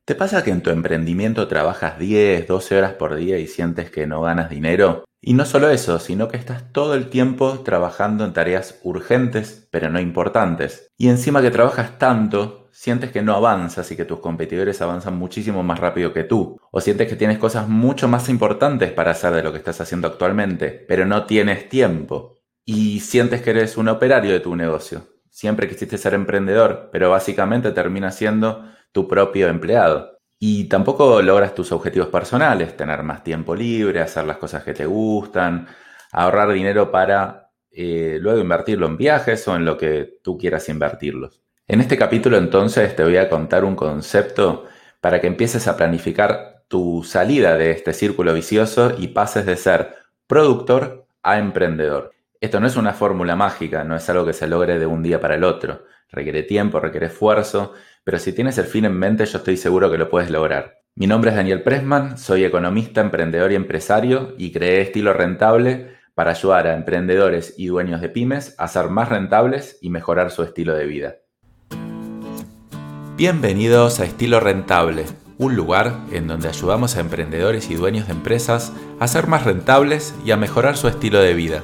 ¿Te pasa que en tu emprendimiento trabajas 10, 12 horas por día y sientes que no ganas dinero? Y no solo eso, sino que estás todo el tiempo trabajando en tareas urgentes, pero no importantes. Y encima que trabajas tanto, sientes que no avanzas y que tus competidores avanzan muchísimo más rápido que tú. O sientes que tienes cosas mucho más importantes para hacer de lo que estás haciendo actualmente, pero no tienes tiempo. Y sientes que eres un operario de tu negocio. Siempre quisiste ser emprendedor, pero básicamente terminas siendo tu propio empleado. Y tampoco logras tus objetivos personales, tener más tiempo libre, hacer las cosas que te gustan, ahorrar dinero para luego invertirlo en viajes o en lo que tú quieras invertirlos. En este capítulo entonces te voy a contar un concepto para que empieces a planificar tu salida de este círculo vicioso y pases de ser productor a emprendedor. Esto no es una fórmula mágica, no es algo que se logre de un día para el otro. Requiere tiempo, requiere esfuerzo, pero si tienes el fin en mente, yo estoy seguro que lo puedes lograr. Mi nombre es Daniel Pressman, soy economista, emprendedor y empresario y creé Estilo Rentable para ayudar a emprendedores y dueños de pymes a ser más rentables y mejorar su estilo de vida. Bienvenidos a Estilo Rentable, un lugar en donde ayudamos a emprendedores y dueños de empresas a ser más rentables y a mejorar su estilo de vida.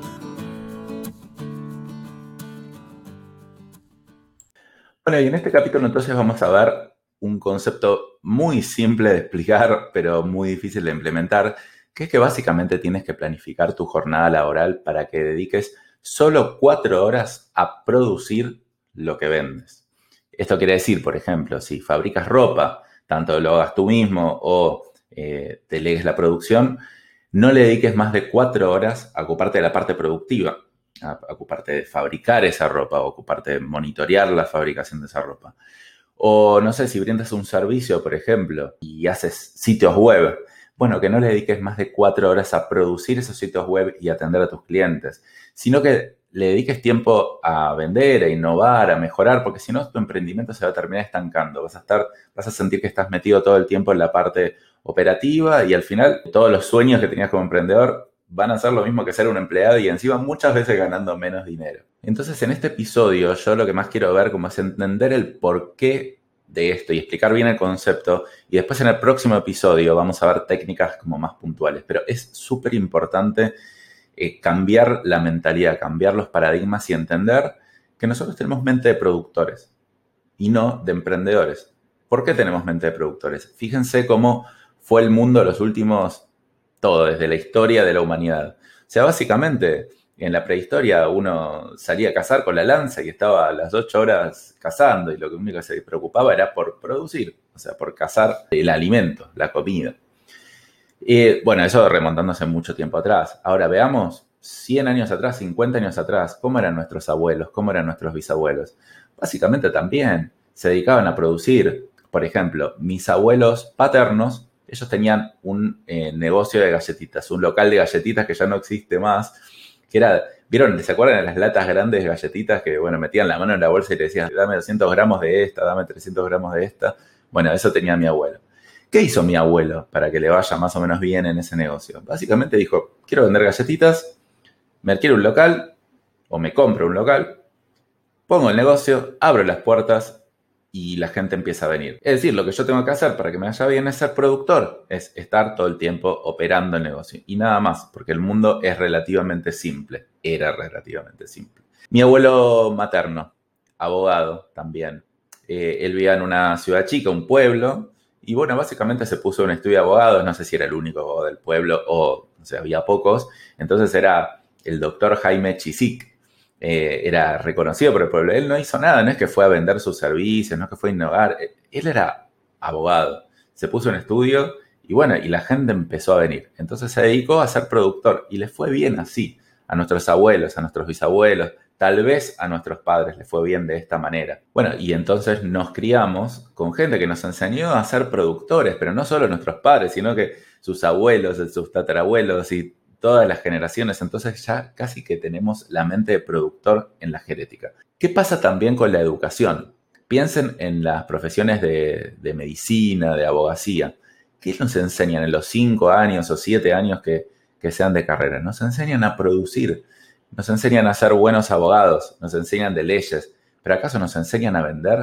Bueno, y en este capítulo entonces vamos a ver un concepto muy simple de explicar, pero muy difícil de implementar, que es que básicamente tienes que planificar tu jornada laboral para que dediques solo 4 horas a producir lo que vendes. Esto quiere decir, por ejemplo, si fabricas ropa, tanto lo hagas tú mismo o delegues la producción, no le dediques más de 4 horas a ocuparte de la parte productiva, a ocuparte de fabricar esa ropa o ocuparte de monitorear la fabricación de esa ropa. O no sé, si brindas un servicio, por ejemplo, y haces sitios web, bueno, que no le dediques más de 4 horas a producir esos sitios web y atender a tus clientes, sino que le dediques tiempo a vender, a innovar, a mejorar, porque si no tu emprendimiento se va a terminar estancando. Vas a sentir que estás metido todo el tiempo en la parte operativa y al final todos los sueños que tenías como emprendedor van a ser lo mismo que ser un empleado y encima muchas veces ganando menos dinero. Entonces en este episodio yo lo que más quiero ver como es entender el porqué de esto y explicar bien el concepto, y después en el próximo episodio vamos a ver técnicas como más puntuales, pero es súper importante cambiar la mentalidad, cambiar los paradigmas y entender que nosotros tenemos mente de productores y no de emprendedores. ¿Por qué tenemos mente de productores? Fíjense cómo fue el mundo los últimos, todo, desde la historia de la humanidad. O sea, básicamente, en la prehistoria uno salía a cazar con la lanza y estaba a las 8 horas cazando y lo único que se preocupaba era por producir, o sea, por cazar el alimento, la comida. Bueno, eso remontándose mucho tiempo atrás. Ahora veamos 100 años atrás, 50 años atrás, cómo eran nuestros abuelos, cómo eran nuestros bisabuelos. Básicamente también se dedicaban a producir. Por ejemplo, mis abuelos paternos, ellos tenían un negocio de galletitas, un local de galletitas que ya no existe más, que era, ¿vieron? ¿Se acuerdan de las latas grandes de galletitas que, bueno, metían la mano en la bolsa y te decían, dame 200 gramos de esta, dame 300 gramos de esta? Bueno, eso tenía mi abuelo. ¿Qué hizo mi abuelo para que le vaya más o menos bien en ese negocio? Básicamente dijo, quiero vender galletitas, me adquiero un local o me compro un local, pongo el negocio, abro las puertas y la gente empieza a venir. Es decir, lo que yo tengo que hacer para que me vaya bien es ser productor, es estar todo el tiempo operando el negocio y nada más, porque el mundo es relativamente simple, era relativamente simple. Mi abuelo materno, abogado también, él vivía en una ciudad chica, un pueblo, y bueno, básicamente se puso un estudio de abogados, no sé si era el único abogado del pueblo o sea, había pocos, entonces era el doctor Jaime Chisic, era reconocido por el pueblo. Él no hizo nada, no es que fue a vender sus servicios, no es que fue a innovar, él era abogado, se puso un estudio y bueno, y la gente empezó a venir. Entonces se dedicó a ser productor y le fue bien así, a nuestros abuelos, a nuestros bisabuelos, tal vez a nuestros padres les fue bien de esta manera. Bueno, y entonces nos criamos con gente que nos enseñó a ser productores, pero no solo nuestros padres, sino que sus abuelos, sus tatarabuelos y todas las generaciones. Entonces ya casi que tenemos la mente de productor en la genética. ¿Qué pasa también con la educación? Piensen en las profesiones de medicina, de abogacía. ¿Qué nos enseñan en los 5 años o 7 años que sean de carrera? Nos enseñan a producir. Nos enseñan a ser buenos abogados, nos enseñan de leyes, pero ¿acaso nos enseñan a vender?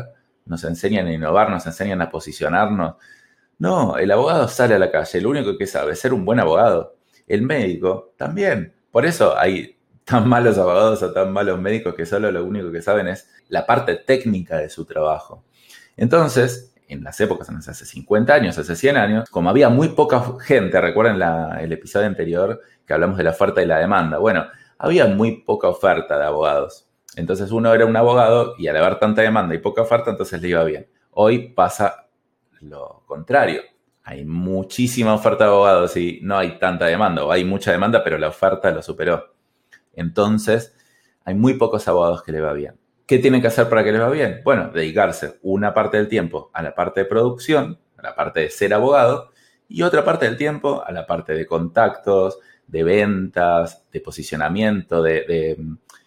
nos enseñan a innovar, nos enseñan a posicionarnos. No, el abogado sale a la calle, lo único que sabe es ser un buen abogado. El médico también. Por eso hay tan malos abogados o tan malos médicos que solo lo único que saben es la parte técnica de su trabajo. Entonces, en las épocas, no sé, hace 50 años, hace 100 años, como había muy poca gente, recuerden el episodio anterior que hablamos de la oferta y la demanda. Bueno, había muy poca oferta de abogados. Entonces uno era un abogado y al haber tanta demanda y poca oferta, entonces le iba bien. Hoy pasa lo contrario. Hay muchísima oferta de abogados y no hay tanta demanda. O hay mucha demanda, pero la oferta lo superó. Entonces, hay muy pocos abogados que le va bien. ¿Qué tienen que hacer para que les va bien? Bueno, dedicarse una parte del tiempo a la parte de producción, a la parte de ser abogado, y otra parte del tiempo a la parte de contactos, de ventas, de posicionamiento, de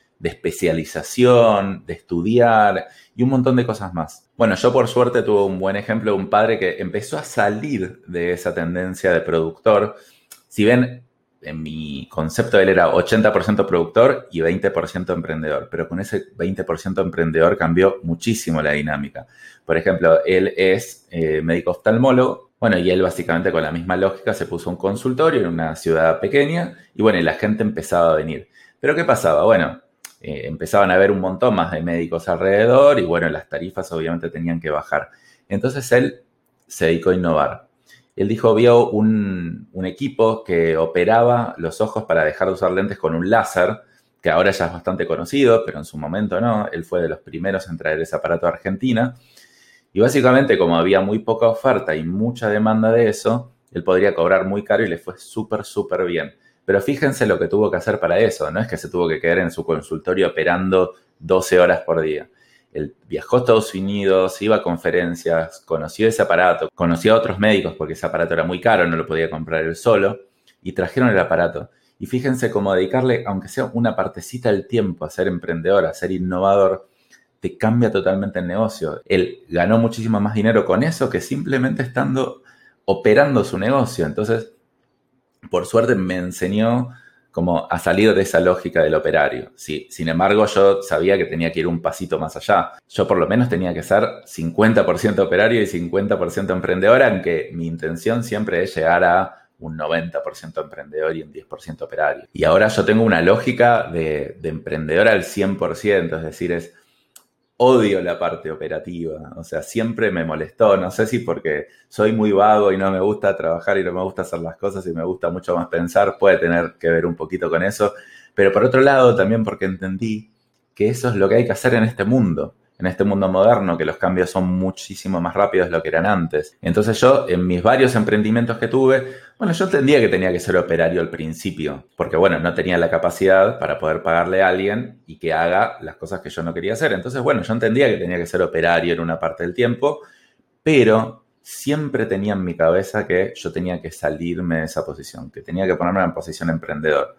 especialización, de estudiar y un montón de cosas más. Bueno, yo por suerte tuve un buen ejemplo de un padre que empezó a salir de esa tendencia de productor. Si ven, en mi concepto él era 80% productor y 20% emprendedor, pero con ese 20% emprendedor cambió muchísimo la dinámica. Por ejemplo, él es médico oftalmólogo, bueno, y él básicamente con la misma lógica se puso un consultorio en una ciudad pequeña y bueno, y la gente empezaba a venir. Pero ¿qué pasaba? Bueno, empezaban a haber un montón más de médicos alrededor y bueno, las tarifas obviamente tenían que bajar. Entonces él se dedicó a innovar. Él dijo, vio un equipo que operaba los ojos para dejar de usar lentes con un láser, que ahora ya es bastante conocido, pero en su momento no. Él fue de los primeros en traer ese aparato a Argentina. Y básicamente, como había muy poca oferta y mucha demanda de eso, él podría cobrar muy caro y le fue súper, súper bien. Pero fíjense lo que tuvo que hacer para eso. No es que se tuvo que quedar en su consultorio operando 12 horas por día. Él viajó a Estados Unidos, iba a conferencias, conoció ese aparato, conoció a otros médicos porque ese aparato era muy caro, no lo podía comprar él solo, y trajeron el aparato. Y fíjense cómo dedicarle, aunque sea una partecita del tiempo, a ser emprendedor, a ser innovador, te cambia totalmente el negocio. Él ganó muchísimo más dinero con eso que simplemente estando operando su negocio. Entonces, por suerte me enseñó como a salir de esa lógica del operario. Sí, sin embargo, yo sabía que tenía que ir un pasito más allá. Yo por lo menos tenía que ser 50% operario y 50% emprendedor, aunque mi intención siempre es llegar a un 90% emprendedor y un 10% operario. Y ahora yo tengo una lógica de emprendedor al 100%, es decir, odio la parte operativa, o sea, siempre me molestó, no sé si porque soy muy vago y no me gusta trabajar y no me gusta hacer las cosas y me gusta mucho más pensar, puede tener que ver un poquito con eso, pero por otro lado también porque entendí que eso es lo que hay que hacer en este mundo moderno, que los cambios son muchísimo más rápidos de lo que eran antes. Entonces yo, en mis varios emprendimientos que tuve, bueno, yo entendía que tenía que ser operario al principio, porque bueno, no tenía la capacidad para poder pagarle a alguien y que haga las cosas que yo no quería hacer. Entonces, bueno, yo entendía que tenía que ser operario en una parte del tiempo, pero siempre tenía en mi cabeza que yo tenía que salirme de esa posición, que tenía que ponerme en posición emprendedor.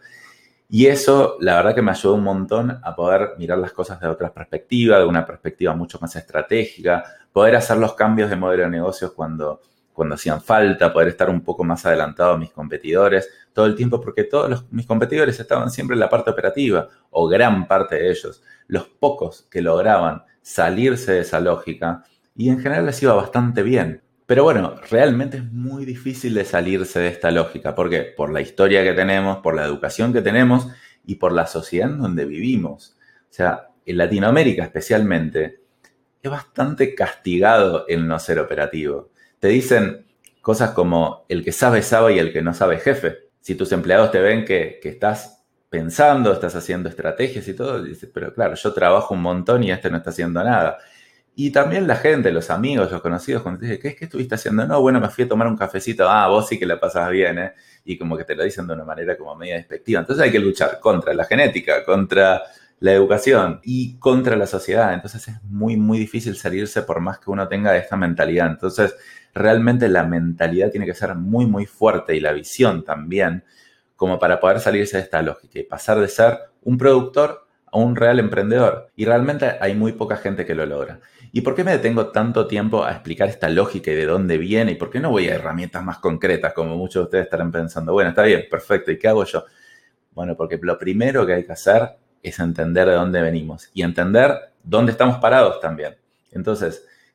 Y eso, la verdad que me ayudó un montón a poder mirar las cosas de otra perspectiva, de una perspectiva mucho más estratégica, poder hacer los cambios de modelo de negocios cuando hacían falta, poder estar un poco más adelantado a mis competidores todo el tiempo, porque mis competidores estaban siempre en la parte operativa, o gran parte de ellos. Los pocos que lograban salirse de esa lógica, y en general les iba bastante bien. Pero bueno, realmente es muy difícil de salirse de esta lógica. ¿Por qué? Por la historia que tenemos, por la educación que tenemos y por la sociedad en donde vivimos. O sea, en Latinoamérica especialmente, es bastante castigado el no ser operativo. Te dicen cosas como el que sabe sabe y el que no sabe es jefe. Si tus empleados te ven que estás pensando, estás haciendo estrategias y todo, dices, pero claro, yo trabajo un montón y este no está haciendo nada. Y también la gente, los amigos, los conocidos, cuando te dicen, ¿qué es que estuviste haciendo? No, bueno, me fui a tomar un cafecito. Ah, vos sí que la pasas bien, ¿eh? Y como que te lo dicen de una manera como media despectiva. Entonces hay que luchar contra la genética, contra la educación y contra la sociedad. Entonces es muy, muy difícil salirse por más que uno tenga esta mentalidad. Entonces realmente la mentalidad tiene que ser muy, muy fuerte y la visión también, como para poder salirse de esta lógica y pasar de ser un productor a un real emprendedor. Y realmente hay muy poca gente que lo logra. ¿Y por qué me detengo tanto tiempo a explicar esta lógica y de dónde viene? ¿Y por qué no voy a herramientas más concretas, como muchos de ustedes estarán pensando? Bueno, está bien, perfecto, ¿y qué hago yo? Bueno, porque lo primero que hay que hacer es entender de dónde venimos y entender dónde estamos parados también. Entonces,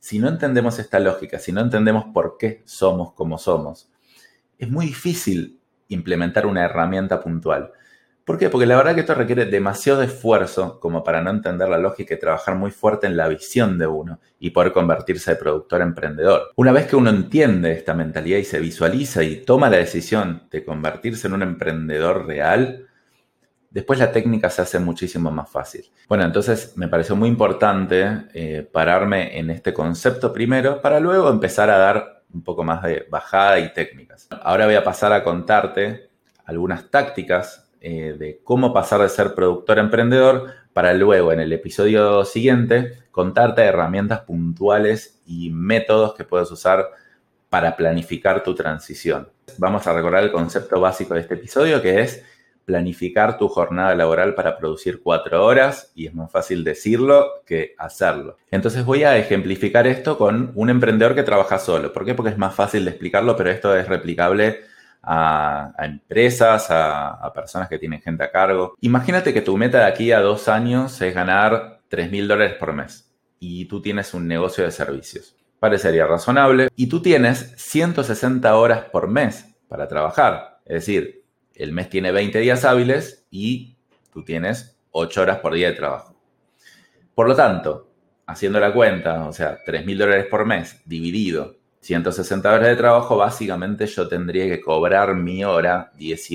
Si no entendemos esta lógica, si no entendemos por qué somos como somos, es muy difícil implementar una herramienta puntual. ¿Por qué? Porque la verdad que esto requiere demasiado esfuerzo como para no entender la lógica y trabajar muy fuerte en la visión de uno y poder convertirse de productor a emprendedor. Una vez que uno entiende esta mentalidad y se visualiza y toma la decisión de convertirse en un emprendedor real, después la técnica se hace muchísimo más fácil. Bueno, entonces me pareció muy importante pararme en este concepto primero para luego empezar a dar un poco más de bajada y técnicas. Ahora voy a pasar a contarte algunas tácticas de cómo pasar de ser productor a emprendedor para luego en el episodio siguiente contarte herramientas puntuales y métodos que puedes usar para planificar tu transición. Vamos a recordar el concepto básico de este episodio, que es planificar tu jornada laboral para producir 4 horas, y es más fácil decirlo que hacerlo. Entonces voy a ejemplificar esto con un emprendedor que trabaja solo. ¿Por qué? Porque es más fácil de explicarlo, pero esto es replicable a empresas, a personas que tienen gente a cargo. Imagínate que tu meta de aquí a 2 años es ganar $3.000 por mes y tú tienes un negocio de servicios. Parecería razonable. Y tú tienes 160 horas por mes para trabajar. Es decir, el mes tiene 20 días hábiles y tú tienes 8 horas por día de trabajo. Por lo tanto, haciendo la cuenta, o sea, $3.000 por mes dividido 160 horas de trabajo, básicamente yo tendría que cobrar mi hora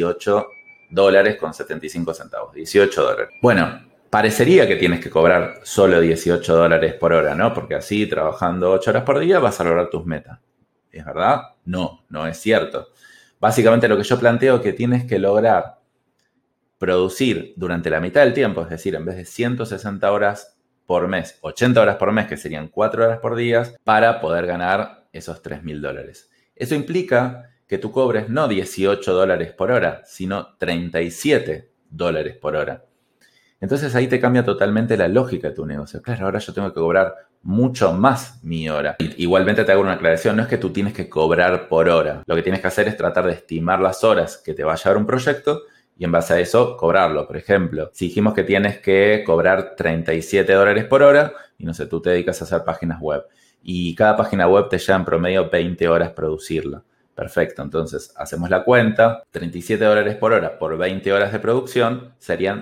$18.75. $18. Bueno, parecería que tienes que cobrar solo $18 por hora, ¿no? Porque así, trabajando 8 horas por día, vas a lograr tus metas. ¿Es verdad? No, no es cierto. Básicamente lo que yo planteo es que tienes que lograr producir durante la mitad del tiempo, es decir, en vez de 160 horas por mes, 80 horas por mes, que serían 4 horas por día, para poder ganar esos $3.000. Eso implica que tú cobres no $18 por hora, sino $37 por hora. Entonces ahí te cambia totalmente la lógica de tu negocio. Claro, ahora yo tengo que cobrar mucho más mi hora. Igualmente te hago una aclaración, no es que tú tienes que cobrar por hora. Lo que tienes que hacer es tratar de estimar las horas que te va a llevar un proyecto y en base a eso cobrarlo. Por ejemplo, si dijimos que tienes que cobrar $37 por hora y no sé, tú te dedicas a hacer páginas web y cada página web te lleva en promedio 20 horas producirla. Perfecto, entonces hacemos la cuenta, $37 por hora por 20 horas de producción serían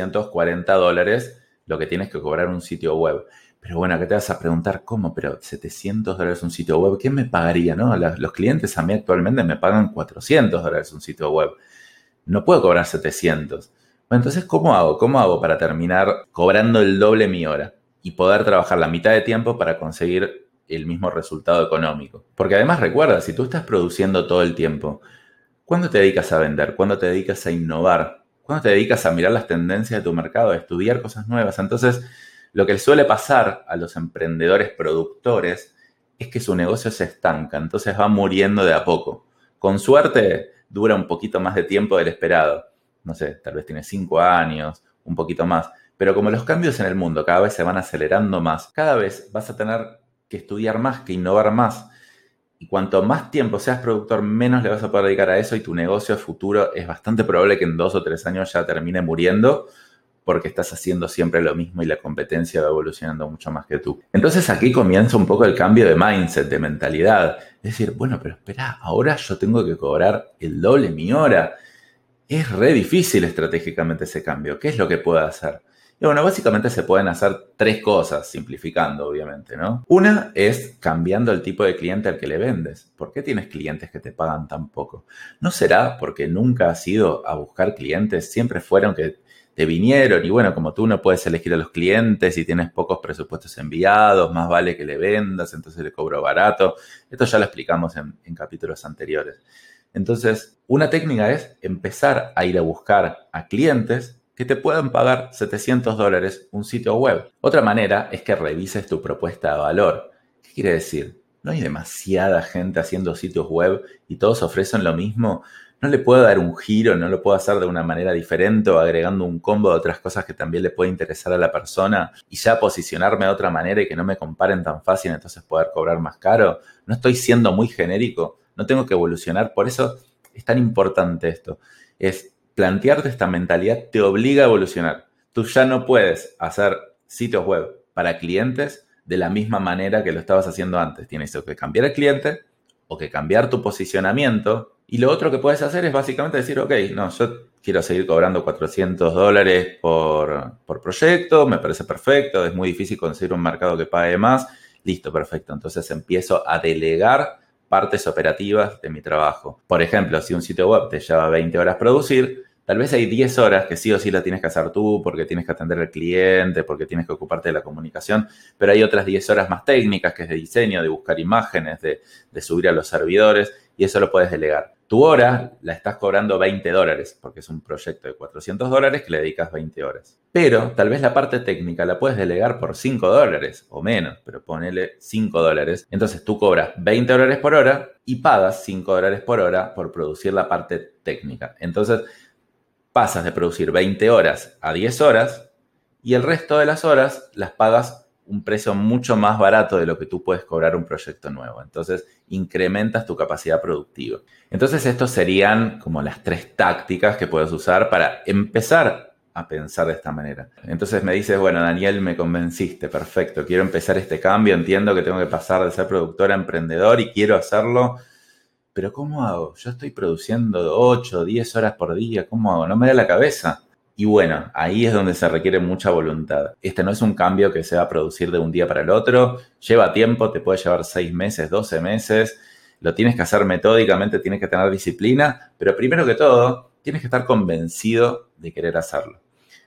$740 lo que tienes que cobrar un sitio web. Pero bueno, ¿qué te vas a preguntar? ¿Cómo? Pero $700 un sitio web, ¿quién me pagaría? ¿No? Los clientes a mí actualmente me pagan $400 un sitio web. No puedo cobrar 700. Bueno, entonces, ¿cómo hago? ¿Cómo hago para terminar cobrando el doble mi hora y poder trabajar la mitad de tiempo para conseguir el mismo resultado económico? Porque además recuerda, si tú estás produciendo todo el tiempo, ¿cuándo te dedicas a vender? ¿Cuándo te dedicas a innovar? ¿Cuándo te dedicas a mirar las tendencias de tu mercado, a estudiar cosas nuevas? Entonces, lo que le suele pasar a los emprendedores productores es que su negocio se estanca, entonces va muriendo de a poco. Con suerte dura un poquito más de tiempo del esperado. No sé, tal vez tiene 5 años, un poquito más. Pero como los cambios en el mundo cada vez se van acelerando más, cada vez vas a tener que estudiar más, que innovar más. Y cuanto más tiempo seas productor, menos le vas a poder dedicar a eso y tu negocio futuro es bastante probable que en 2 o 3 años ya termine muriendo porque estás haciendo siempre lo mismo y la competencia va evolucionando mucho más que tú. Entonces aquí comienza un poco el cambio de mindset, de mentalidad. Es decir, bueno, pero espera, ahora yo tengo que cobrar el doble mi hora. Es re difícil estratégicamente ese cambio. ¿Qué es lo que puedo hacer? Y bueno, básicamente se pueden hacer 3 cosas, simplificando, obviamente, ¿no? Una es cambiando el tipo de cliente al que le vendes. ¿Por qué tienes clientes que te pagan tan poco? ¿No será porque nunca has ido a buscar clientes? Siempre fueron que te vinieron y bueno, como tú no puedes elegir a los clientes y tienes pocos presupuestos enviados, más vale que le vendas, entonces le cobro barato. Esto ya lo explicamos en capítulos anteriores. Entonces, una técnica es empezar a ir a buscar a clientes que te puedan pagar $700 un sitio web. Otra manera es que revises tu propuesta de valor. ¿Qué quiere decir? ¿No hay demasiada gente haciendo sitios web y todos ofrecen lo mismo? ¿No le puedo dar un giro? ¿No lo puedo hacer de una manera diferente o agregando un combo de otras cosas que también le puede interesar a la persona y ya posicionarme de otra manera y que no me comparen tan fácil, entonces poder cobrar más caro? ¿No estoy siendo muy genérico? ¿No tengo que evolucionar? Por eso es tan importante esto. Es plantearte esta mentalidad te obliga a evolucionar. Tú ya no puedes hacer sitios web para clientes de la misma manera que lo estabas haciendo antes. Tienes que cambiar el cliente o que cambiar tu posicionamiento. Y lo otro que puedes hacer es básicamente decir, ok, no, yo quiero seguir cobrando $400 por proyecto, me parece perfecto, es muy difícil conseguir un mercado que pague más. Listo, perfecto. Entonces empiezo a delegar partes operativas de mi trabajo. Por ejemplo, si un sitio web te lleva 20 horas producir, tal vez hay 10 horas que sí o sí la tienes que hacer tú porque tienes que atender al cliente, porque tienes que ocuparte de la comunicación, pero hay otras 10 horas más técnicas que es de diseño, de buscar imágenes, de subir a los servidores, y eso lo puedes delegar. Tu hora la estás cobrando $20 porque es un proyecto de $400 que le dedicas 20 horas. Pero tal vez la parte técnica la puedes delegar por $5 o menos, pero ponele $5. Entonces tú cobras $20 por hora y pagas $5 por hora por producir la parte técnica. Entonces pasas de producir 20 horas a 10 horas y el resto de las horas las pagas un precio mucho más barato de lo que tú puedes cobrar un proyecto nuevo. Entonces, incrementas tu capacidad productiva. Entonces, estos serían como las 3 tácticas que puedes usar para empezar a pensar de esta manera. Entonces me dices, bueno, Daniel, me convenciste, perfecto, quiero empezar este cambio, entiendo que tengo que pasar de ser productor a emprendedor y quiero hacerlo, pero ¿cómo hago? Yo estoy produciendo 8, 10 horas por día, ¿cómo hago? No me da la cabeza. Y bueno, ahí es donde se requiere mucha voluntad. Este no es un cambio que se va a producir de un día para el otro. Lleva tiempo, te puede llevar 6 meses, 12 meses. Lo tienes que hacer metódicamente, tienes que tener disciplina. Pero primero que todo, tienes que estar convencido de querer hacerlo.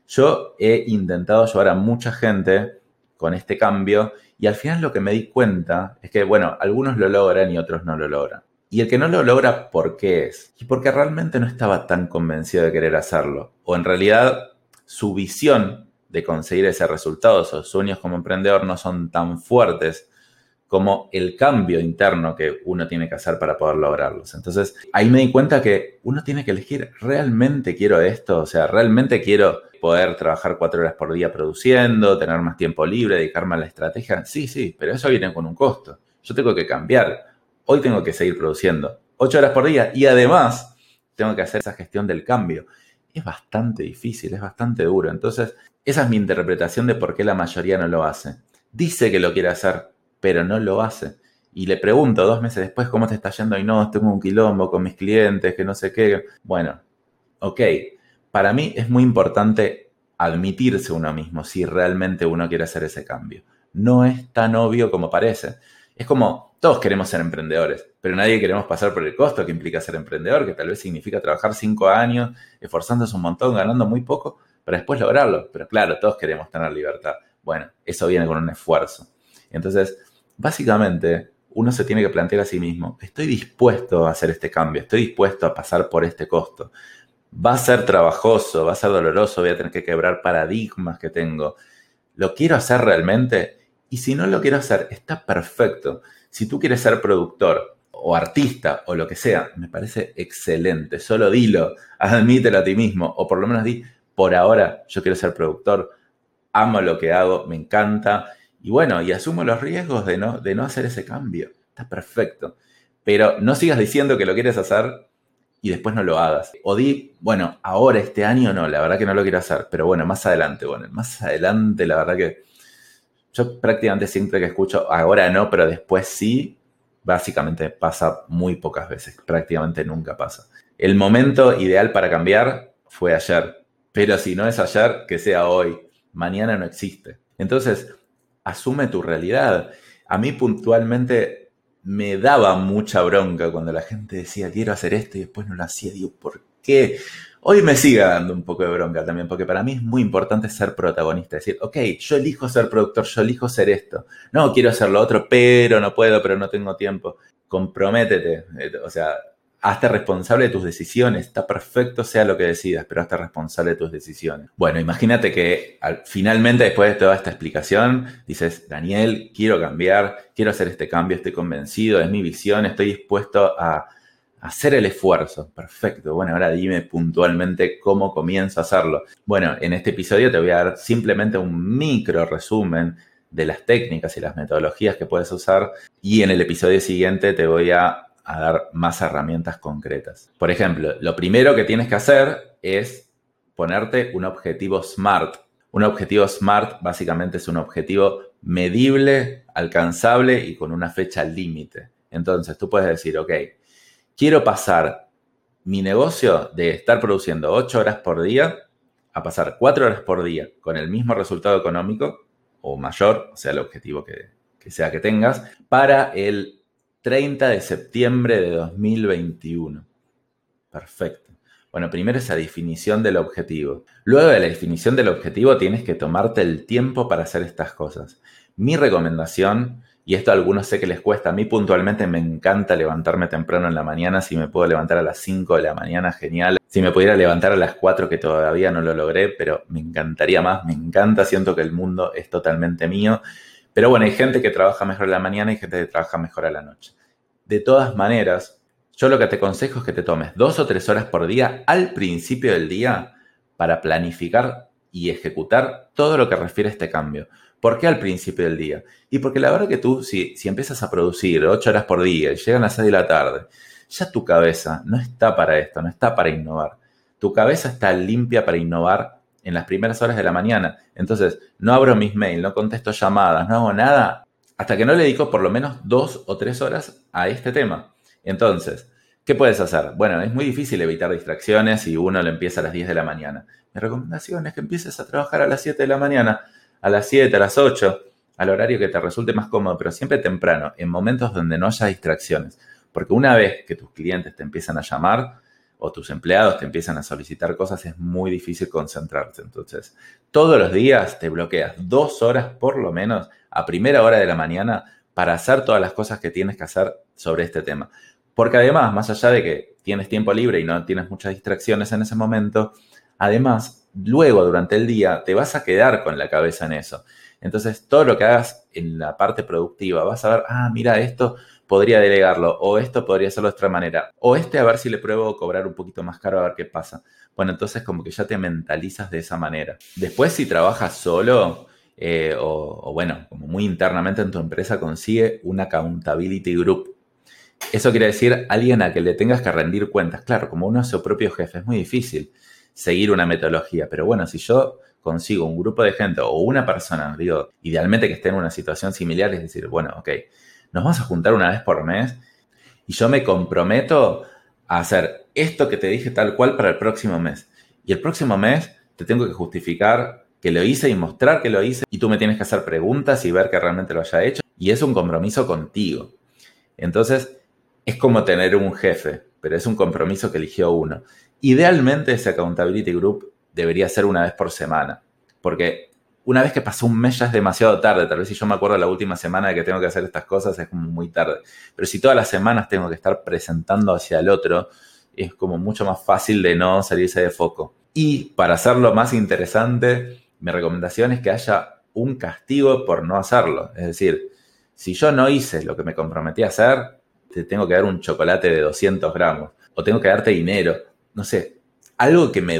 Yo he intentado ayudar a mucha gente con este cambio y al final lo que me di cuenta es que, bueno, algunos lo logran y otros no lo logran. Y el que no lo logra, ¿por qué es? Y porque realmente no estaba tan convencido de querer hacerlo. O en realidad su visión de conseguir ese resultado, sus sueños como emprendedor no son tan fuertes como el cambio interno que uno tiene que hacer para poder lograrlos. Entonces ahí me di cuenta que uno tiene que elegir, ¿realmente quiero esto? O sea, ¿realmente quiero poder trabajar 4 horas por día produciendo, tener más tiempo libre, dedicarme a la estrategia? Sí, pero eso viene con un costo. Yo tengo que cambiar. Hoy tengo que seguir produciendo 8 horas por día y además tengo que hacer esa gestión del cambio. Es bastante difícil, es bastante duro. Entonces, esa es mi interpretación de por qué la mayoría no lo hace. Dice que lo quiere hacer, pero no lo hace. Y le pregunto 2 meses después cómo te está yendo y no, tengo un quilombo con mis clientes, que no sé qué. Bueno, ok. Para mí es muy importante admitirse uno mismo si realmente uno quiere hacer ese cambio. No es tan obvio como parece. Es como, todos queremos ser emprendedores, pero nadie queremos pasar por el costo que implica ser emprendedor, que tal vez significa trabajar 5 años, esforzándose un montón, ganando muy poco, para después lograrlo. Pero claro, todos queremos tener libertad. Bueno, eso viene con un esfuerzo. Entonces, básicamente, uno se tiene que plantear a sí mismo, estoy dispuesto a hacer este cambio, estoy dispuesto a pasar por este costo. Va a ser trabajoso, va a ser doloroso, voy a tener que quebrar paradigmas que tengo. ¿Lo quiero hacer realmente? Y si no lo quiero hacer, está perfecto. Si tú quieres ser productor o artista o lo que sea, me parece excelente. Solo dilo, admítelo a ti mismo. O por lo menos di, por ahora yo quiero ser productor, amo lo que hago, me encanta. Y bueno, y asumo los riesgos de no hacer ese cambio. Está perfecto. Pero no sigas diciendo que lo quieres hacer y después no lo hagas. O di, bueno, ahora este año no, la verdad que no lo quiero hacer. Pero bueno, más adelante, la verdad que yo prácticamente siempre que escucho ahora no, pero después sí, básicamente pasa muy pocas veces, prácticamente nunca pasa. El momento ideal para cambiar fue ayer, pero si no es ayer, que sea hoy. Mañana no existe. Entonces, asume tu realidad. A mí puntualmente me daba mucha bronca cuando la gente decía quiero hacer esto y después no lo hacía. Digo, ¿por qué? Hoy me sigue dando un poco de bronca también, porque para mí es muy importante ser protagonista. Decir, ok, yo elijo ser productor, yo elijo ser esto. No, quiero hacer lo otro, pero no puedo, pero no tengo tiempo. Comprométete, o sea, hazte responsable de tus decisiones. Está perfecto, sea lo que decidas, pero hazte responsable de tus decisiones. Bueno, imagínate que finalmente, después de toda esta explicación, dices, Daniel, quiero cambiar, quiero hacer este cambio, estoy convencido, es mi visión, estoy dispuesto a hacer el esfuerzo. Perfecto. Bueno, ahora dime puntualmente cómo comienzo a hacerlo. Bueno, en este episodio te voy a dar simplemente un micro resumen de las técnicas y las metodologías que puedes usar y en el episodio siguiente te voy a dar más herramientas concretas. Por ejemplo, lo primero que tienes que hacer es ponerte un objetivo SMART. Un objetivo SMART básicamente es un objetivo medible, alcanzable y con una fecha límite. Entonces tú puedes decir, ok, quiero pasar mi negocio de estar produciendo 8 horas por día a pasar 4 horas por día con el mismo resultado económico o mayor, o sea, el objetivo que sea que tengas, para el 30 de septiembre de 2021. Perfecto. Bueno, primero esa definición del objetivo. Luego de la definición del objetivo tienes que tomarte el tiempo para hacer estas cosas. Mi recomendación, y esto a algunos sé que les cuesta, a mí puntualmente me encanta levantarme temprano en la mañana. Si me puedo levantar a las 5 de la mañana, genial. Si me pudiera levantar a las 4, que todavía no lo logré, pero me encantaría más, me encanta, siento que el mundo es totalmente mío. Pero bueno, hay gente que trabaja mejor a la mañana y gente que trabaja mejor a la noche. De todas maneras, yo lo que te aconsejo es que te tomes 2 o 3 horas por día al principio del día para planificar y ejecutar todo lo que refiere a este cambio. ¿Por qué al principio del día? Y porque la verdad que tú, si empiezas a producir 8 horas por día y llegan las 6 de la tarde, ya tu cabeza no está para esto, no está para innovar. Tu cabeza está limpia para innovar en las primeras horas de la mañana. Entonces, no abro mis mails, no contesto llamadas, no hago nada hasta que no le dedico por lo menos 2 o 3 horas a este tema. Entonces, ¿qué puedes hacer? Bueno, es muy difícil evitar distracciones si uno lo empieza a las 10 de la mañana. Mi recomendación es que empieces a trabajar a las 7 de la mañana, a las 7, a las 8, al horario que te resulte más cómodo, pero siempre temprano, en momentos donde no haya distracciones. Porque una vez que tus clientes te empiezan a llamar o tus empleados te empiezan a solicitar cosas, es muy difícil concentrarse. Entonces, todos los días te bloqueas 2 horas por lo menos a primera hora de la mañana para hacer todas las cosas que tienes que hacer sobre este tema. Porque además, más allá de que tienes tiempo libre y no tienes muchas distracciones en ese momento, además, luego durante el día te vas a quedar con la cabeza en eso. Entonces, todo lo que hagas en la parte productiva, vas a ver, mira, esto podría delegarlo, o esto podría hacerlo de otra manera, o a ver si le pruebo cobrar un poquito más caro a ver qué pasa. Bueno, entonces como que ya te mentalizas de esa manera. Después, si trabajas solo, o bueno, como muy internamente en tu empresa, consigue un accountability group. Eso quiere decir alguien a que le tengas que rendir cuentas. Claro, como uno es su propio jefe, es muy difícil seguir una metodología. Pero bueno, si yo consigo un grupo de gente o una persona, digo, idealmente que esté en una situación similar, es decir, bueno, ok, nos vamos a juntar una vez por mes y yo me comprometo a hacer esto que te dije tal cual para el próximo mes. Y el próximo mes te tengo que justificar que lo hice y mostrar que lo hice y tú me tienes que hacer preguntas y ver que realmente lo haya hecho. Y es un compromiso contigo. Entonces, es como tener un jefe, pero es un compromiso que eligió uno. Idealmente ese accountability group debería ser una vez por semana, porque una vez que pasó un mes ya es demasiado tarde. Tal vez si yo me acuerdo la última semana de que tengo que hacer estas cosas es como muy tarde. Pero si todas las semanas tengo que estar presentando hacia el otro, es como mucho más fácil de no salirse de foco. Y para hacerlo más interesante, mi recomendación es que haya un castigo por no hacerlo. Es decir, si yo no hice lo que me comprometí a hacer, te tengo que dar un chocolate de 200 gramos. O tengo que darte dinero. No sé, algo que me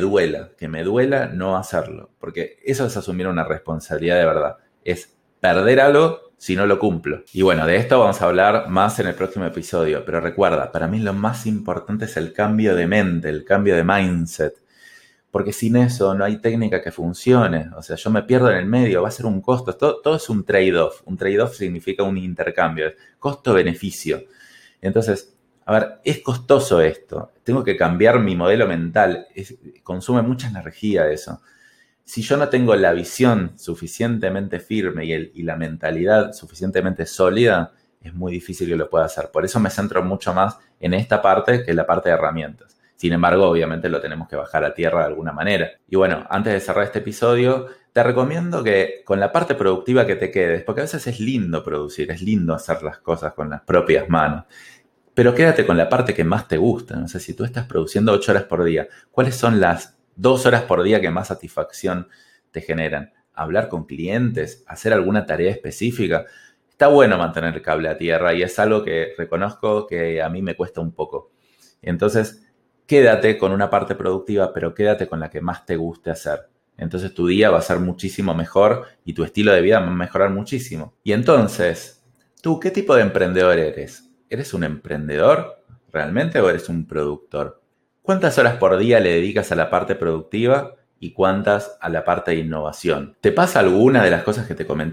duela no hacerlo. Porque eso es asumir una responsabilidad de verdad. Es perder algo si no lo cumplo. Y bueno, de esto vamos a hablar más en el próximo episodio. Pero recuerda, para mí lo más importante es el cambio de mente, el cambio de mindset. Porque sin eso no hay técnica que funcione. O sea, yo me pierdo en el medio, va a ser un costo. Todo es un trade-off. Un trade-off significa un intercambio. Costo-beneficio. Entonces, a ver, es costoso esto. Tengo que cambiar mi modelo mental. Consume mucha energía eso. Si yo no tengo la visión suficientemente firme y la mentalidad suficientemente sólida, es muy difícil que lo pueda hacer. Por eso me centro mucho más en esta parte que en la parte de herramientas. Sin embargo, obviamente lo tenemos que bajar a tierra de alguna manera. Y bueno, antes de cerrar este episodio, te recomiendo que con la parte productiva que te quedes, porque a veces es lindo producir, es lindo hacer las cosas con las propias manos. Pero quédate con la parte que más te gusta. No sé, si tú estás produciendo 8 horas por día, ¿cuáles son las 2 horas por día que más satisfacción te generan? Hablar con clientes, hacer alguna tarea específica. Está bueno mantener el cable a tierra y es algo que reconozco que a mí me cuesta un poco. Entonces, quédate con una parte productiva, pero quédate con la que más te guste hacer. Entonces tu día va a ser muchísimo mejor y tu estilo de vida va a mejorar muchísimo. Y entonces, ¿tú qué tipo de emprendedor eres? ¿Eres un emprendedor realmente o eres un productor? ¿Cuántas horas por día le dedicas a la parte productiva y cuántas a la parte de innovación? ¿Te pasa alguna de las cosas que te comenté?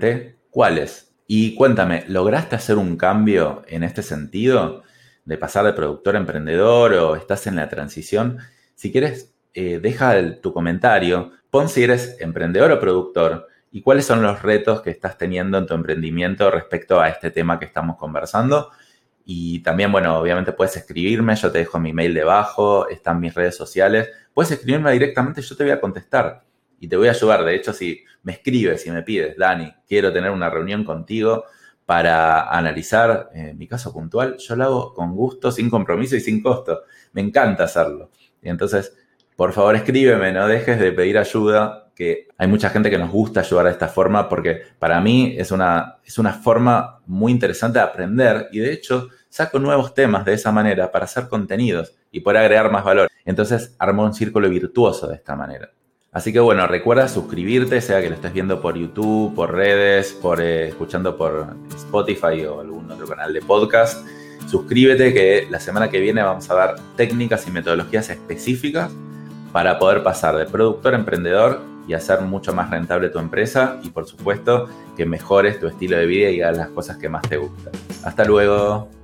¿Cuáles? Y cuéntame, ¿lograste hacer un cambio en este sentido? De pasar de productor a emprendedor o estás en la transición. Si quieres, deja tu comentario, pon si eres emprendedor o productor y cuáles son los retos que estás teniendo en tu emprendimiento respecto a este tema que estamos conversando. Y también, bueno, obviamente puedes escribirme, yo te dejo mi mail debajo, están mis redes sociales. Puedes escribirme directamente, yo te voy a contestar y te voy a ayudar. De hecho, si me escribes y me pides, Dani, quiero tener una reunión contigo para analizar mi caso puntual, yo lo hago con gusto, sin compromiso y sin costo. Me encanta hacerlo. Y entonces, por favor, escríbeme, no dejes de pedir ayuda, que hay mucha gente que nos gusta ayudar de esta forma porque para mí es una forma muy interesante de aprender y de hecho saco nuevos temas de esa manera para hacer contenidos y poder agregar más valor. Entonces armo un círculo virtuoso de esta manera. Así que bueno, recuerda suscribirte, sea que lo estés viendo por YouTube, por redes, escuchando por Spotify o algún otro canal de podcast. Suscríbete que la semana que viene vamos a dar técnicas y metodologías específicas para poder pasar de productor a emprendedor y hacer mucho más rentable tu empresa y por supuesto que mejores tu estilo de vida y hagas las cosas que más te gustan. Hasta luego.